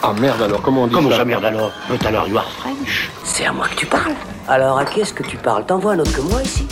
Ah merde alors, comment on dit Comment ça ça merde alors? But alors you are French. C'est à moi que tu parles. Alors à qui est-ce que tu parles? T'en vois un autre que moi ici?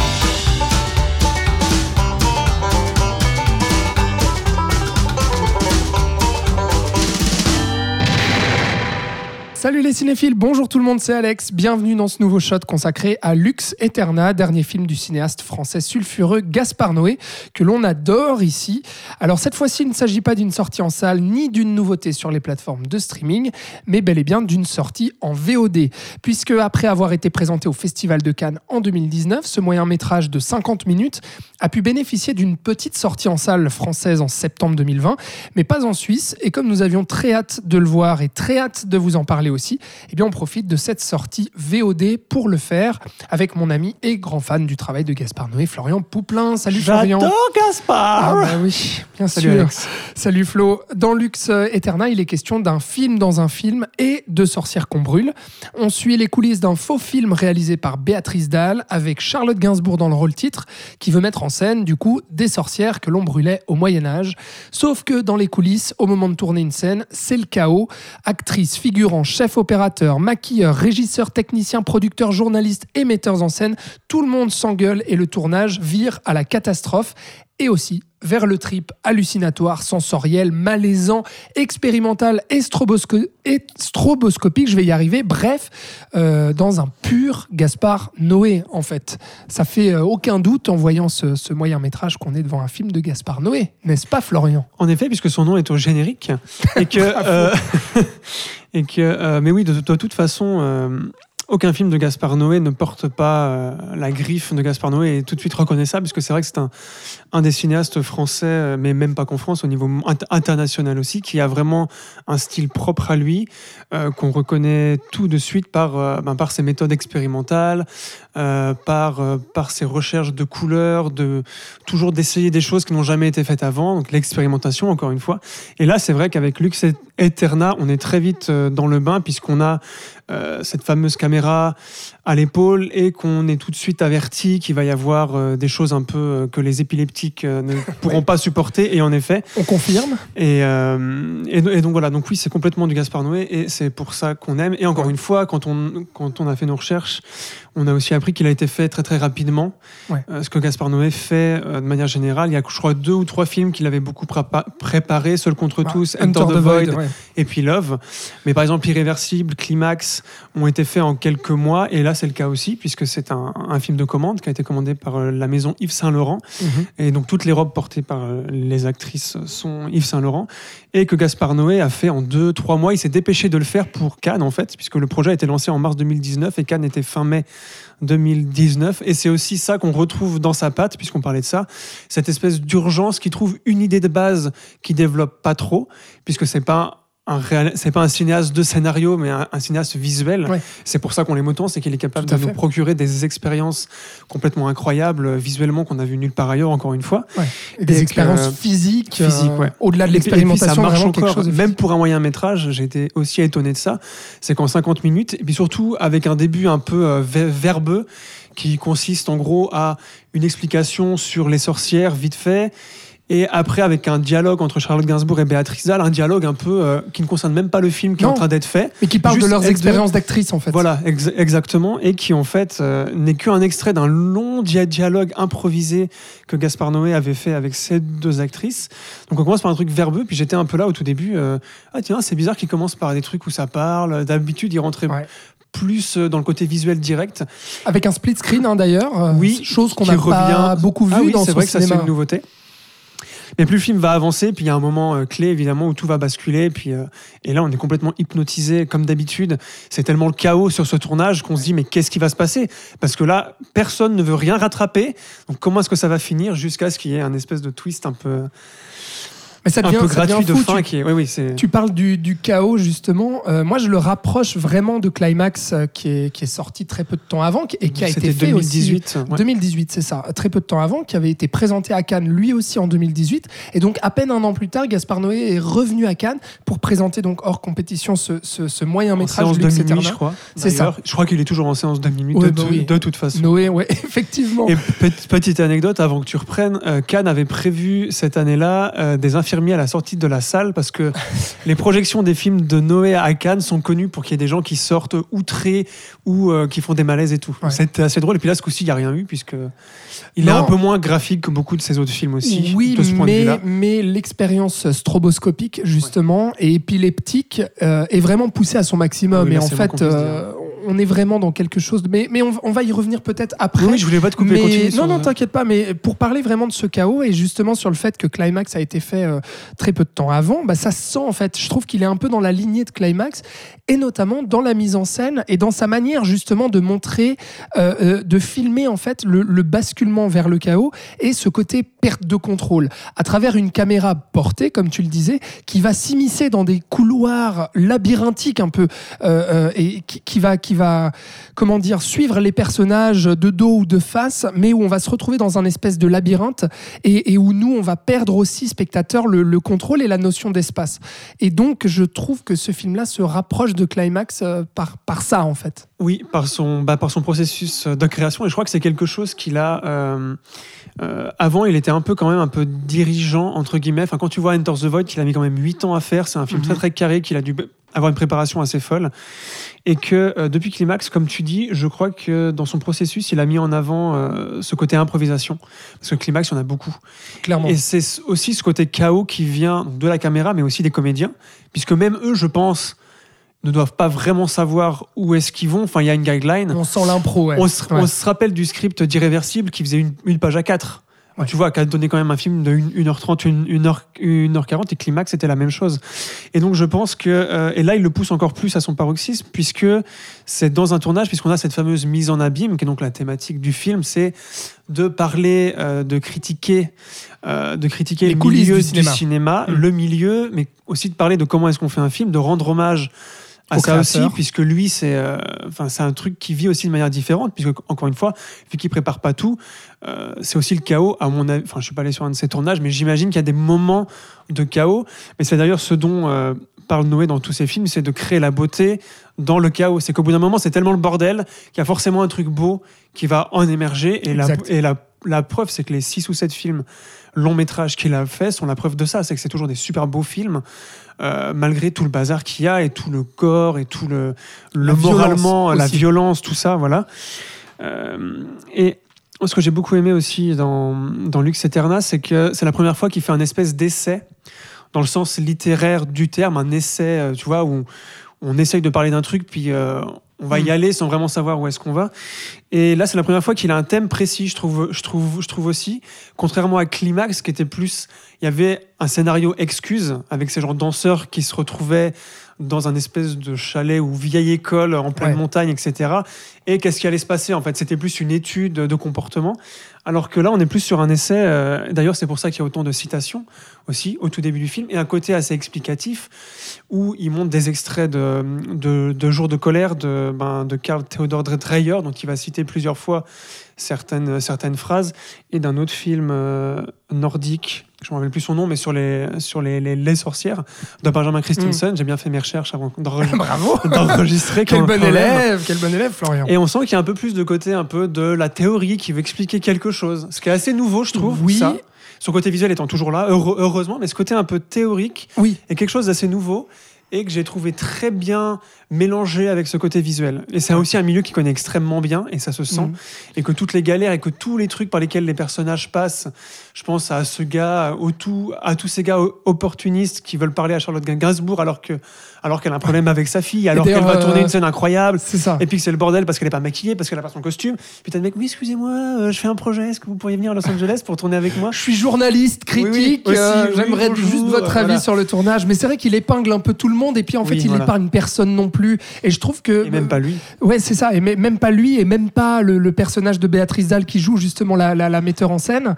Salut les cinéphiles, bonjour tout le monde, c'est Alex. Bienvenue dans ce nouveau shot consacré à Lux Aeterna, dernier film du cinéaste français sulfureux Gaspard Noé, que l'on adore ici. Alors cette fois-ci, il ne s'agit pas d'une sortie en salle ni d'une nouveauté sur les plateformes de streaming, mais bel et bien d'une sortie en VOD. Puisque après avoir été présenté au Festival de Cannes en 2019, ce moyen-métrage de 50 minutes a pu bénéficier d'une petite sortie en salle française en septembre 2020, mais pas en Suisse. Et comme nous avions très hâte de le voir et très hâte de vous en parler aussi, eh bien on profite de cette sortie VOD pour le faire avec mon ami et grand fan du travail de Gaspard Noé, Florian Pouplin. Salut Florian. J'adore Gaspard. Ah bah oui, bien Salut sûr. Alex. Salut Flo. Dans Lux Aeterna, il est question d'un film dans un film et de sorcières qu'on brûle. On suit les coulisses d'un faux film réalisé par Béatrice Dalle avec Charlotte Gainsbourg dans le rôle titre qui veut mettre en scène du coup des sorcières que l'on brûlait au Moyen-Âge. Sauf que dans les coulisses, au moment de tourner une scène, c'est le chaos. Actrices, figurants, chef opérateur, maquilleur, régisseur, technicien, producteur, journaliste et metteurs en scène, tout le monde s'engueule et le tournage vire à la catastrophe et aussi vers le trip hallucinatoire, sensoriel, malaisant, expérimental et stroboscopique, je vais y arriver, bref, dans un pur Gaspard Noé en fait. Ça fait aucun doute en voyant ce moyen-métrage qu'on est devant un film de Gaspard Noé, n'est-ce pas Florian ? En effet, puisque son nom est au générique et que mais oui, de toute façon. Aucun film de Gaspard Noé ne porte pas la griffe de Gaspard Noé et est tout de suite reconnaissable, puisque c'est vrai que c'est un des cinéastes français, mais même pas qu'en France, au niveau international aussi, qui a vraiment un style propre à lui, qu'on reconnaît tout de suite par ses méthodes expérimentales, par ses recherches de couleurs, toujours d'essayer des choses qui n'ont jamais été faites avant, donc l'expérimentation encore une fois. Et là, c'est vrai qu'avec Lux Aeterna, on est très vite dans le bain, puisqu'on a cette fameuse caméra à l'épaule et qu'on est tout de suite averti qu'il va y avoir des choses un peu que les épileptiques ne pourront pas supporter, et en effet on confirme. Et donc voilà, donc oui, c'est complètement du Gaspard Noé et c'est pour ça qu'on aime. Et encore une fois, quand on a fait nos recherches, on a aussi appris qu'il a été fait très très rapidement. Ce que Gaspard Noé fait de manière générale, il y a je crois 2 ou 3 films qu'il avait beaucoup préparé, Seul contre tous, Enter the Void et puis Love. Mais par exemple Irréversible, Climax ont été faits en quelques mois, et là c'est le cas aussi, puisque c'est un film de commande qui a été commandé par la maison Yves Saint Laurent, et donc toutes les robes portées par les actrices sont Yves Saint Laurent, et que Gaspard Noé a fait en 2-3 mois. Il s'est dépêché de le faire pour Cannes en fait, puisque le projet a été lancé en mars 2019 et Cannes était fin mai 2019, et c'est aussi ça qu'on retrouve dans sa patte, puisqu'on parlait de ça, cette espèce d'urgence qui trouve une idée de base qui développe pas trop, puisque c'est pas un cinéaste de scénario, mais un cinéaste visuel. C'est pour ça qu'on l'aime autant, c'est qu'il est capable de nous procurer des expériences complètement incroyables visuellement qu'on a vu nulle part ailleurs, encore une fois. Et des expériences physiques, au-delà de l'expérimentation, et puis ça marche vraiment encore, quelque chose de même pour un moyen métrage. J'ai été aussi étonné de ça. C'est qu'en 50 minutes, et puis surtout avec un début un peu verbeux, qui consiste en gros à une explication sur les sorcières vite fait, et après avec un dialogue entre Charlotte Gainsbourg et Béatrice Dalle, un dialogue un peu qui ne concerne même pas le film qui est en train d'être fait, mais qui parle de leurs expériences d'actrices en fait. Voilà, exactement, et qui en fait n'est qu'un extrait d'un long dialogue improvisé que Gaspard Noé avait fait avec ces 2 actrices. Donc on commence par un truc verbeux, puis j'étais un peu là au tout début, tiens, c'est bizarre qu'il commence par des trucs où ça parle. D'habitude il rentrait plus dans le côté visuel direct, avec un split screen d'ailleurs, chose qu'on n'a pas beaucoup vu dans son cinéma. C'est vrai que ça c'est une nouveauté. Mais plus le film va avancer, puis il y a un moment clé évidemment où tout va basculer, et là on est complètement hypnotisé comme d'habitude. C'est tellement le chaos sur ce tournage qu'on se dit mais qu'est-ce qui va se passer ? Parce que là personne ne veut rien rattraper, donc comment est-ce que ça va finir, jusqu'à ce qu'il y ait un espèce de twist un peu... Mais ça devient, un peu gratuit de fin. Tu parles du chaos, justement. Moi, je le rapproche vraiment de Climax, qui est sorti très peu de temps avant, et qui a été fait 2018, aussi... 2018, c'est ça. Très peu de temps avant, qui avait été présenté à Cannes, lui aussi, en 2018. Et donc, à peine un an plus tard, Gaspard Noé est revenu à Cannes pour présenter, donc, hors compétition, ce moyen-métrage. En séance de minuit, je crois. C'est ça. Je crois qu'il est toujours en séance de minuit, de toute façon. Noé, effectivement. Et petite anecdote, avant que tu reprennes, Cannes avait prévu cette année-là des infirmières infirmier à la sortie de la salle parce que les projections des films de Noé à Cannes sont connues pour qu'il y ait des gens qui sortent outrés ou qui font des malaises et tout. Ouais. C'était assez drôle. Et puis là, ce coup-ci, il n'y a rien eu puisque il est un peu moins graphique que beaucoup de ses autres films aussi. Oui, de ce point de vue-là. Mais l'expérience stroboscopique, justement, et épileptique est vraiment poussée à son maximum. Oui, et en fait, on est vraiment dans quelque chose. Mais on va y revenir peut-être après. Oui, je voulais pas te couper. Mais, non, t'inquiète pas. Mais pour parler vraiment de ce chaos et justement sur le fait que Climax a été fait très peu de temps avant, ça se sent en fait. Je trouve qu'il est un peu dans la lignée de Climax et notamment dans la mise en scène et dans sa manière justement de montrer, de filmer en fait le basculement vers le chaos et ce côté perte de contrôle à travers une caméra portée, comme tu le disais, qui va s'immiscer dans des couloirs labyrinthiques un peu et qui va comment dire suivre les personnages de dos ou de face, mais où on va se retrouver dans un espèce de labyrinthe et où nous on va perdre aussi spectateur le contrôle et la notion d'espace. Et donc je trouve que ce film-là se rapproche de Climax par ça en fait. Oui, par son processus de création, et je crois que c'est quelque chose qu'il a. Avant, il était un peu dirigeant entre guillemets. Enfin, quand tu vois Enter the Void, qu'il a mis quand même 8 ans à faire, c'est un film très très carré, qu'il a dû avoir une préparation assez folle, et que depuis Climax, comme tu dis, je crois que dans son processus, il a mis en avant ce côté improvisation, parce que Climax, il y en a beaucoup. Clairement. Et c'est aussi ce côté chaos qui vient de la caméra, mais aussi des comédiens, puisque même eux, je pense, ne doivent pas vraiment savoir où est-ce qu'ils vont. Enfin, il y a une guideline. On sent l'impro, ouais. On se rappelle du script d'Irréversible qui faisait une page à 4. Ouais. Tu vois, qui a donné quand même un film de 1h30, 1h40, et Climax, c'était la même chose. Et donc, je pense que... et là, il le pousse encore plus à son paroxysme, puisque c'est dans un tournage, puisqu'on a cette fameuse mise en abîme, qui est donc la thématique du film, c'est de parler, de critiquer les milieux du cinéma, le milieu, mais aussi de parler de comment est-ce qu'on fait un film, de rendre hommage à ça aussi, puisque lui, c'est un truc qui vit aussi de manière différente, puisque, encore une fois, vu qu'il prépare pas tout, c'est aussi le chaos, à mon avis. Enfin, je suis pas allé sur un de ses tournages, mais j'imagine qu'il y a des moments de chaos. Mais c'est d'ailleurs ce dont parle Noé dans tous ses films, c'est de créer la beauté dans le chaos. C'est qu'au bout d'un moment, c'est tellement le bordel qu'il y a forcément un truc beau qui va en émerger. Et la preuve, c'est que les 6 ou 7 films long métrage qu'il a fait sont la preuve de ça. C'est que c'est toujours des super beaux films, malgré tout le bazar qu'il y a et tout le gore et tout le moralement, la violence, tout ça, voilà. Et ce que j'ai beaucoup aimé aussi dans Lux Aeterna, c'est que c'est la première fois qu'il fait un espèce d'essai, dans le sens littéraire du terme, un essai, tu vois, où on essaye de parler d'un truc, puis on va y aller sans vraiment savoir où est-ce qu'on va. Et là, c'est la première fois qu'il a un thème précis, je trouve aussi. Contrairement à Climax, qui était plus... Il y avait un scénario excuse, avec ces genres de danseurs qui se retrouvaient dans un espèce de chalet ou vieille école en pleine montagne, etc. Et qu'est-ce qui allait se passer, en fait. C'était plus une étude de comportement. Alors que là, on est plus sur un essai. D'ailleurs, c'est pour ça qu'il y a autant de citations aussi au tout début du film, et un côté assez explicatif où il montre des extraits de Jours de colère de Karl Theodor Dreyer, dont il va citer plusieurs fois certaines phrases, et d'un autre film nordique, je ne me rappelle plus son nom, mais sur les sorcières de Benjamin Christensen. J'ai bien fait mes recherches avant d'enregistrer. Quel bon élève, Florian. Et on sent qu'il y a un peu plus de côté un peu de la théorie qui veut expliquer quelque chose, ce qui est assez nouveau, je trouve. Oui. Ça. Son côté visuel étant toujours là, heureusement, mais ce côté un peu théorique est quelque chose d'assez nouveau et que j'ai trouvé très bien mélangé avec ce côté visuel. Et c'est aussi un milieu qui connaît extrêmement bien, et ça se sent, et que toutes les galères et que tous les trucs par lesquels les personnages passent, je pense à ce gars, à tous ces gars opportunistes qui veulent parler à Charlotte Gainsbourg alors qu'elle a un problème avec sa fille, alors qu'elle va tourner une scène incroyable, c'est ça. Et puis que c'est le bordel parce qu'elle n'est pas maquillée, parce qu'elle n'a pas son costume. Puis t'as le mec, oui, excusez-moi, je fais un projet, est-ce que vous pourriez venir à Los Angeles pour tourner avec moi ? Je suis journaliste, critique, j'aimerais juste votre avis sur le tournage. Mais c'est vrai qu'il épingle un peu tout le monde, et puis en fait, il n'épargne personne non plus. Et je trouve que... Et même pas lui. Ouais, c'est ça. Et même pas lui, et même pas le personnage de Béatrice Dalle qui joue justement la metteur en scène,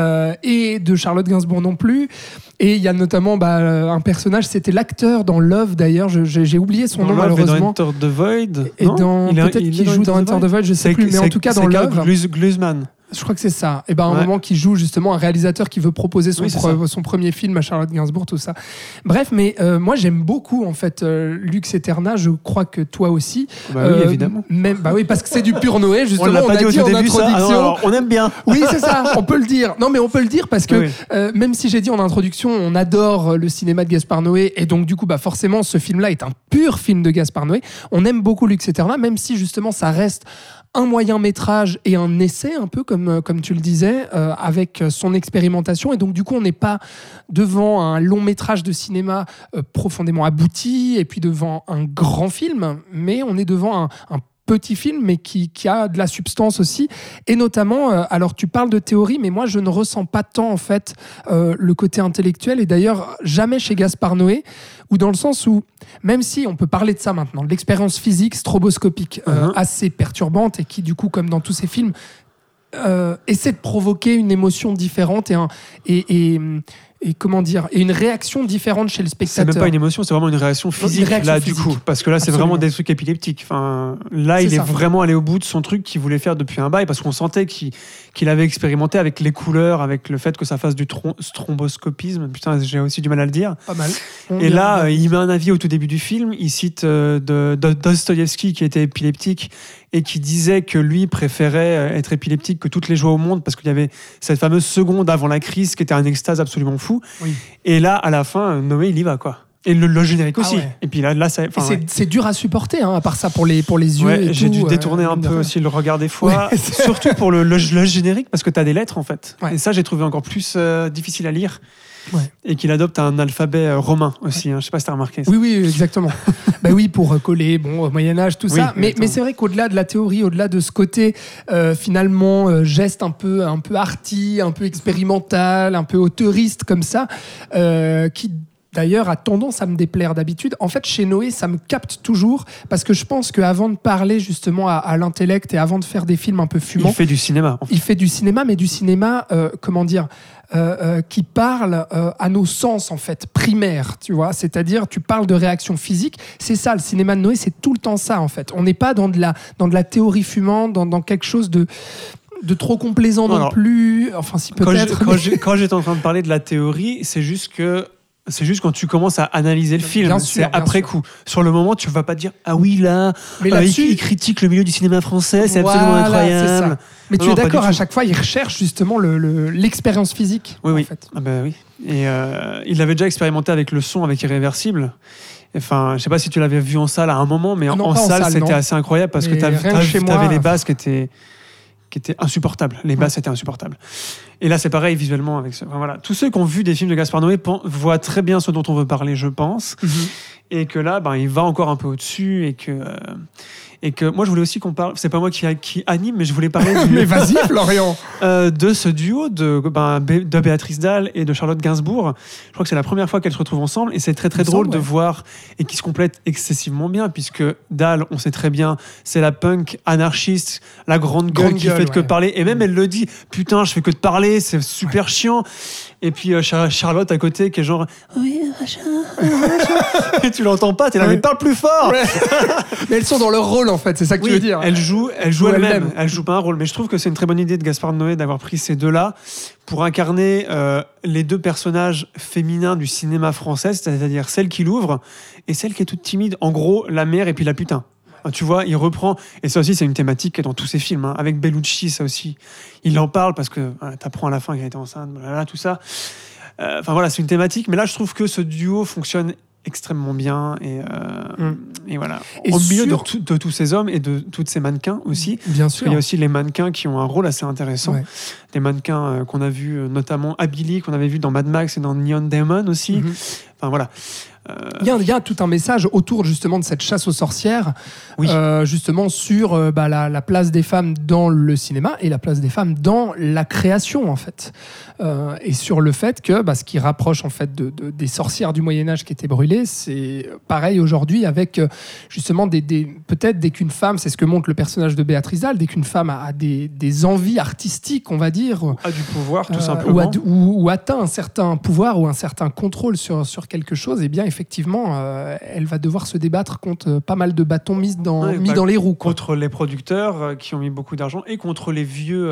et de Charlotte Gainsbourg non plus. Et il y a notamment un personnage, c'était l'acteur dans Love d'ailleurs, j'ai oublié son nom malheureusement. Dans Enter the Void. Et peut-être qu'il joue dans Enter the Void, je sais plus, mais en tout cas dans Love. Glusman. Je crois que c'est ça. Et un moment qui joue justement un réalisateur qui veut proposer son premier film à Charlotte Gainsbourg, tout ça. Bref, mais moi j'aime beaucoup en fait Lux Aeterna. Je crois que toi aussi. Oui, évidemment. Oui, parce que c'est du pur Noé. Justement, on l'a pas dit en introduction. Alors, on aime bien. Oui, c'est ça. On peut le dire. Non, mais on peut le dire parce que même si j'ai dit en introduction, on adore le cinéma de Gaspard Noé et donc du coup, forcément, ce film-là est un pur film de Gaspard Noé. On aime beaucoup Lux Aeterna, même si justement ça reste un moyen métrage et un essai, un peu comme tu le disais, avec son expérimentation. Et donc, du coup, on n'est pas devant un long métrage de cinéma profondément abouti et puis devant un grand film, mais on est devant un petit film, mais qui a de la substance aussi. Et notamment, alors tu parles de théorie, mais moi, je ne ressens pas tant, en fait, le côté intellectuel. Et d'ailleurs, jamais chez Gaspard Noé, ou dans le sens où, même si on peut parler de ça maintenant, de l'expérience physique stroboscopique assez perturbante et qui, du coup, comme dans tous ces films, essaie de provoquer une émotion différente et comment dire, et une réaction différente chez le spectateur. C'est même pas une émotion, c'est vraiment une réaction physique du coup, parce que là c'est vraiment des trucs épileptiques. Enfin, là il est vraiment allé au bout de son truc qu'il voulait faire depuis un bail, parce qu'on sentait qu'il avait expérimenté avec les couleurs, avec le fait que ça fasse du stromboscopisme. Putain, j'ai aussi du mal à le dire. Pas mal. Et là, il met un avis au tout début du film. Il cite de Dostoïevski qui était épileptique et qui disait que lui préférait être épileptique que toutes les joies au monde, parce qu'il y avait cette fameuse seconde avant la crise qui était un extase absolument fou. Oui. Et là, à la fin, Noé, il y va, quoi. Et le générique aussi. Ouais. Et puis là ça, c'est dur à supporter, à part ça pour les yeux. Ouais, j'ai dû détourner un peu aussi le regard des fois, surtout pour le générique, parce que t'as des lettres en fait. Ouais. Et ça, j'ai trouvé encore plus difficile à lire. Ouais. Et qu'il adopte un alphabet romain aussi. Je sais pas si t'as remarqué ça. Oui, exactement. Oui, pour coller, au Moyen-Âge, tout ça. Mais c'est vrai qu'au-delà de la théorie, au-delà de ce côté finalement geste un peu arty, un peu expérimental, un peu auteuriste comme ça, qui d'ailleurs a tendance à me déplaire d'habitude. En fait, chez Noé, ça me capte toujours, parce que je pense qu'avant de parler justement à l'intellect et avant de faire des films un peu fumants... Il fait du cinéma. En fait. Il fait du cinéma, mais du cinéma, qui parle à nos sens, en fait, primaires, tu vois. C'est-à-dire, tu parles de réaction physique. C'est ça, le cinéma de Noé, c'est tout le temps ça, en fait. On n'est pas dans de la théorie fumante, dans quelque chose de trop complaisant non plus. Enfin, si peut-être... Quand j'étais en train de parler de la théorie, c'est juste quand tu commences à analyser le film, c'est après coup. Sur le moment, tu vas pas dire ah oui là, il critique le milieu du cinéma français, c'est absolument incroyable. C'est ça. Mais tu es d'accord, à chaque fois, il recherche justement l'expérience physique. Oui, en fait. Oui. Et il l'avait déjà expérimenté avec le son, avec Irréversible. Enfin, je sais pas si tu l'avais vu en salle à un moment, mais en salle, c'était assez incroyable parce que tu avais les basses qui étaient insupportables. Les basses étaient insupportables. Et là, c'est pareil visuellement. Voilà. Tous ceux qui ont vu des films de Gaspard Noé voient très bien ce dont on veut parler, je pense. Mm-hmm. Et que là, il va encore un peu au-dessus et que moi, je voulais aussi qu'on parle... C'est pas moi qui anime, mais je voulais parler mais vas-y, Florian. De ce duo de Béatrice Dalle et de Charlotte Gainsbourg. Je crois que c'est la première fois qu'elles se retrouvent ensemble et c'est très très drôle de voir et qui se complètent excessivement bien, puisque Dalle, on sait très bien, c'est la punk anarchiste, la grande gueule qui fait que parler, et même elle le dit, putain, je fais que de parler, c'est super chiant. Et puis Charlotte à côté qui est genre oui, et tu l'entends pas, t'es là, mais parle plus fort. Mais elles sont dans leur rôle en fait, c'est ça que tu veux dire. Elle joue elle-même. Elle joue pas un rôle, mais je trouve que c'est une très bonne idée de Gaspard Noé d'avoir pris ces deux-là pour incarner les deux personnages féminins du cinéma français, c'est-à-dire celle qui l'ouvre et celle qui est toute timide. En gros, la mère et puis la putain. Tu vois, il reprend, et ça aussi c'est une thématique qui est dans tous ses films, avec Bellucci, ça aussi, il en parle parce que t'apprends à la fin qu'elle était enceinte, tout ça. Enfin voilà, c'est une thématique, mais là je trouve que ce duo fonctionne extrêmement bien et voilà. Et au milieu de tous ces hommes et de tous ces mannequins aussi. Bien sûr. Il y a aussi les mannequins qui ont un rôle assez intéressant. Ouais. Des mannequins qu'on a vus notamment à Billy, qu'on avait vu dans Mad Max et dans Neon Demon aussi. Mm-hmm. Enfin voilà. Il y a tout un message autour justement de cette chasse aux sorcières, justement sur la place des femmes dans le cinéma et la place des femmes dans la création en fait, et sur le fait que ce qui rapproche en fait des sorcières du Moyen-Âge qui étaient brûlées, c'est pareil aujourd'hui avec justement peut-être dès qu'une femme, c'est ce que montre le personnage de Béatrice Dalle, dès qu'une femme a des envies artistiques, on va dire, a du pouvoir tout simplement, ou atteint un certain pouvoir ou un certain contrôle sur quelque chose, et bien effectivement, elle va devoir se débattre contre pas mal de bâtons mis dans les roues. Quoi. Contre les producteurs qui ont mis beaucoup d'argent et contre les vieux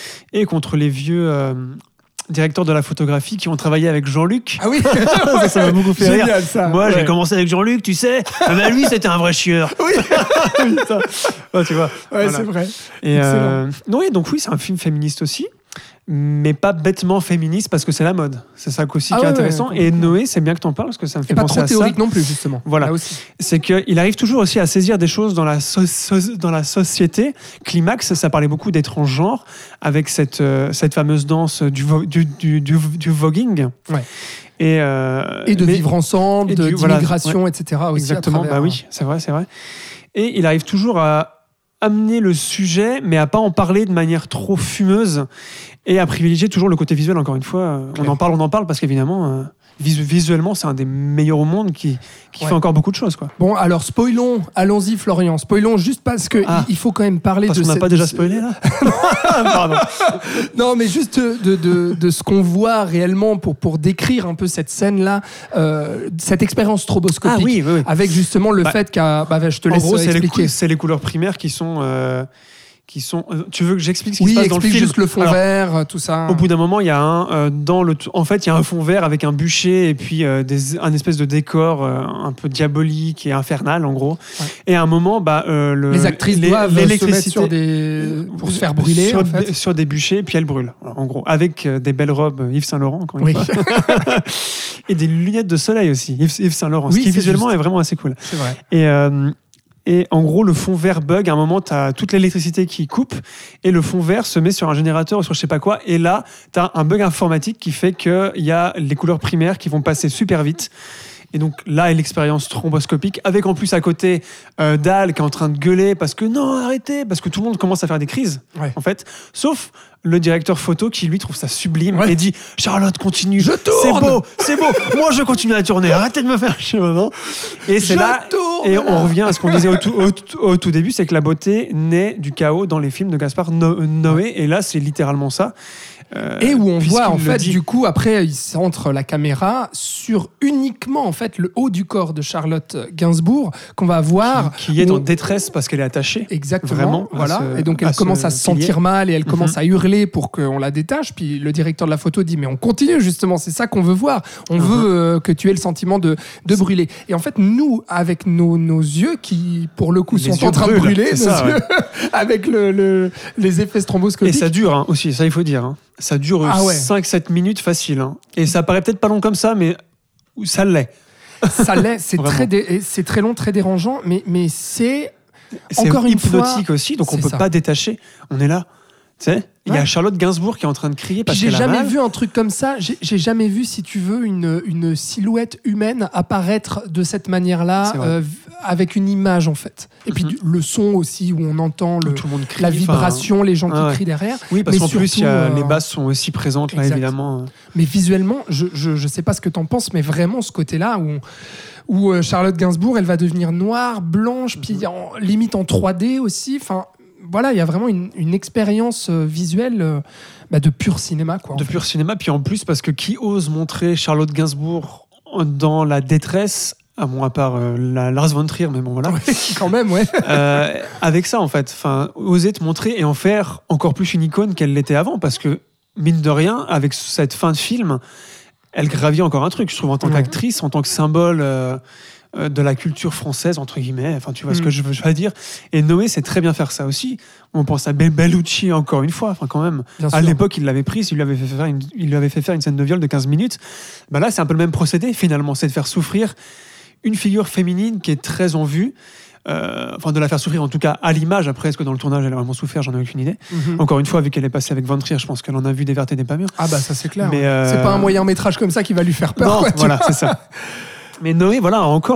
directeurs de la photographie qui ont travaillé avec Jean-Luc. Ah oui. ça m'a beaucoup fait Génial, rire. ça. Moi, Ouais. j'ai commencé avec Jean-Luc, tu sais. Mais lui, c'était un vrai chieur. Oui. Putain. Ouais, tu vois. Ouais, Voilà. c'est vrai. Et Excellent. donc oui, c'est un film féministe aussi, mais pas bêtement féministe parce que c'est la mode. C'est ça aussi qui est intéressant. Ouais, et Noé, c'est bien que t'en parles parce que ça me fait Et pas penser trop à ça. théorique non plus, justement. Voilà. Là aussi. C'est qu'il arrive toujours aussi à saisir des choses dans la société. Climax, ça parlait beaucoup des transgenres avec cette fameuse danse du voguing. Ouais. Et de mais- vivre ensemble, et d'immigration, etc. Aussi Exactement, à travers, oui, c'est vrai. Et il arrive toujours à amener le sujet, mais à pas en parler de manière trop fumeuse et à privilégier toujours le côté visuel, encore une fois. On en parle parce qu'évidemment, visuellement, c'est un des meilleurs au monde qui fait encore beaucoup de choses. Quoi. Bon, alors spoilons, allons-y Florian, spoilons juste parce que il faut quand même parler parce de qu'on n'a pas déjà spoilé là. Pardon. Non, mais juste de ce qu'on voit réellement pour décrire un peu cette scène-là, cette expérience stroboscopique. Ah oui. Avec justement le fait qu'à... je te En laisse gros, expliquer. c'est les couleurs primaires qui sont. Tu veux que j'explique ce qui se Oui, passe dans le explique film? juste le fond Alors, vert, tout ça. Au bout d'un moment, il y a en fait, il y a un fond vert avec un bûcher et puis un espèce de décor un peu diabolique et infernal, en gros. Ouais. Et à un moment, les actrices doivent se mettre sur pour se faire brûler, sur des bûchers, et puis elles brûlent, en gros, avec des belles robes Yves Saint Laurent, encore une fois. Et des lunettes de soleil aussi, Yves Saint Laurent, ce qui visuellement est vraiment assez cool. C'est vrai. Et en gros, le fond vert bug. À un moment, tu as toute l'électricité qui coupe et le fond vert se met sur un générateur ou sur je sais pas quoi. Et là, tu as un bug informatique qui fait qu'il y a les couleurs primaires qui vont passer super vite. Et donc là est l'expérience thromboscopique, avec en plus à côté Dahl qui est en train de gueuler parce que non, arrêtez, parce que tout le monde commence à faire des crises, en fait. Sauf le directeur photo qui lui trouve ça sublime et dit Charlotte, continue, je tourne, c'est beau, moi je continue à tourner, arrêtez de me faire chier maintenant. Et c'est on revient à ce qu'on disait au tout début, c'est que la beauté naît du chaos dans les films de Gaspard Noé, et là c'est littéralement ça. Et où on voit en fait du coup après il centre la caméra sur uniquement en fait le haut du corps de Charlotte Gainsbourg qu'on va voir qui est en détresse parce qu'elle est attachée. Exactement. Vraiment, voilà. Et donc elle commence à se sentir mal et elle commence à hurler pour qu'on la détache. Puis le directeur de la photo dit mais on continue justement, c'est ça qu'on veut voir. On veut que tu aies le sentiment de brûler. Et en fait nous avec nos yeux qui pour le coup sont en train de brûler, nos yeux, avec les effets stroboscopiques. Et ça dure aussi, ça il faut dire. Ça dure 5-7 minutes facile. Et ça paraît peut-être pas long comme ça, mais ça l'est. Ça l'est, c'est très long, très dérangeant, mais c'est encore une fois... hypnotique aussi, donc on peut pas détacher. On est là. Tu sais, il y a Charlotte Gainsbourg qui est en train de crier parce qu'elle a mal. J'ai jamais vu un truc comme ça. J'ai jamais vu, si tu veux, une silhouette humaine apparaître de cette manière-là, avec une image en fait. Et puis le son aussi, où on entend tout le monde crie, la vibration, les gens qui crient derrière. Oui, parce qu'en plus, les basses sont aussi présentes là, évidemment. Mais visuellement, je sais pas ce que t'en penses, mais vraiment ce côté-là où Charlotte Gainsbourg, elle va devenir noire, blanche, puis limite en 3D aussi. Enfin. Voilà, il y a vraiment une expérience visuelle de pur cinéma. Pur cinéma, puis en plus, parce que qui ose montrer Charlotte Gainsbourg dans la détresse, à part Lars von Trier, mais bon voilà. Quand même, ouais. Avec ça, en fait, oser te montrer et en faire encore plus une icône qu'elle l'était avant, parce que, mine de rien, avec cette fin de film, elle gravit encore un truc, je trouve, en tant qu'actrice, en tant que symbole... de la culture française, entre guillemets, enfin tu vois ce que je veux dire. Et Noé sait très bien faire ça aussi. On pense à Bellucci encore une fois, enfin quand même. À l'époque, il l'avait prise, il lui avait fait faire une scène de viol de 15 minutes. Là, c'est un peu le même procédé finalement, c'est de faire souffrir une figure féminine qui est très en vue. De la faire souffrir en tout cas à l'image. Après, est-ce que dans le tournage elle a vraiment souffert, j'en ai aucune idée. Encore une fois, vu qu'elle est passée avec Von Trier, je pense qu'elle en a vu des vertes et des pas mûres. Ah ça c'est clair. Mais c'est pas un moyen métrage comme ça qui va lui faire peur. Non, voilà, c'est ça. Mais Noé, voilà, a encore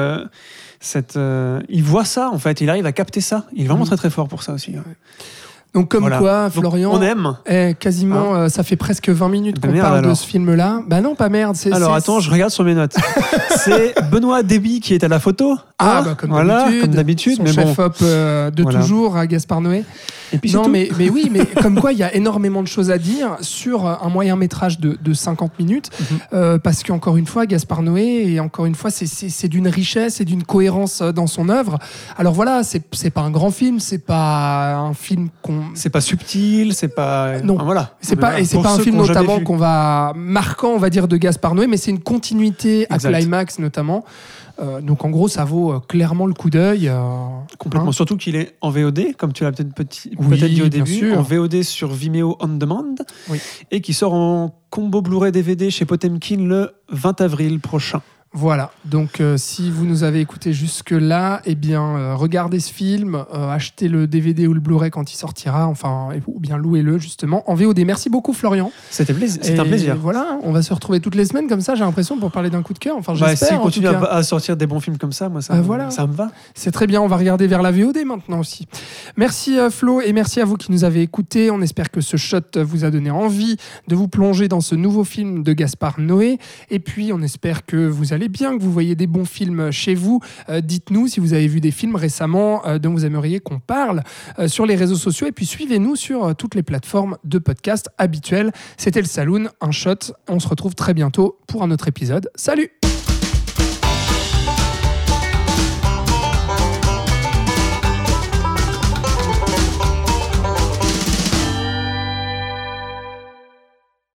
il voit ça, en fait. Il arrive à capter ça. Il est vraiment très, très fort pour ça aussi. Ouais. Donc comme voilà. quoi, Florian, donc, on aime. Quasiment, ça fait presque 20 minutes qu'on merde, parle alors. de ce film-là. Bah non, pas merde. Attends, je regarde sur mes notes. C'est Benoît Déby qui est à la photo. Comme d'habitude. Son Mais chef-op de toujours à Gaspard Noé. Et puis non, mais oui, mais comme quoi, il y a énormément de choses à dire sur un moyen-métrage de 50 minutes. Parce qu'encore une fois, Gaspard Noé, et encore une fois, c'est d'une richesse et d'une cohérence dans son œuvre. Alors voilà, c'est pas un grand film, c'est pas un film c'est pas subtil, c'est pas. Non, voilà. C'est pas un film notamment marquant, on va dire, de Gaspard Noé, mais c'est une continuité à climax notamment. Donc en gros, ça vaut clairement le coup d'œil. Complètement. Surtout qu'il est en VOD, comme tu l'as peut-être dit au début, en VOD sur Vimeo On Demand, et qui sort en combo Blu-ray DVD chez Potemkin le 20 avril prochain. Voilà, donc si vous nous avez écouté jusque-là, eh bien regardez ce film, achetez le DVD ou le Blu-ray quand il sortira, ou bien louez-le justement en VOD. Merci beaucoup Florian. C'était un plaisir. Voilà, on va se retrouver toutes les semaines comme ça, j'ai l'impression, pour parler d'un coup de cœur. J'espère. Si on continue à sortir des bons films comme ça, moi ça me va. C'est très bien, on va regarder vers la VOD maintenant aussi. Merci Flo, et merci à vous qui nous avez écoutés. On espère que ce shot vous a donné envie de vous plonger dans ce nouveau film de Gaspard Noé. Et puis on espère que vous allez bien, que vous voyez des bons films chez vous. Dites-nous si vous avez vu des films récemment dont vous aimeriez qu'on parle sur les réseaux sociaux, et puis suivez-nous sur toutes les plateformes de podcast habituelles. C'était le Saloon, un shot. On se retrouve très bientôt pour un autre épisode. Salut!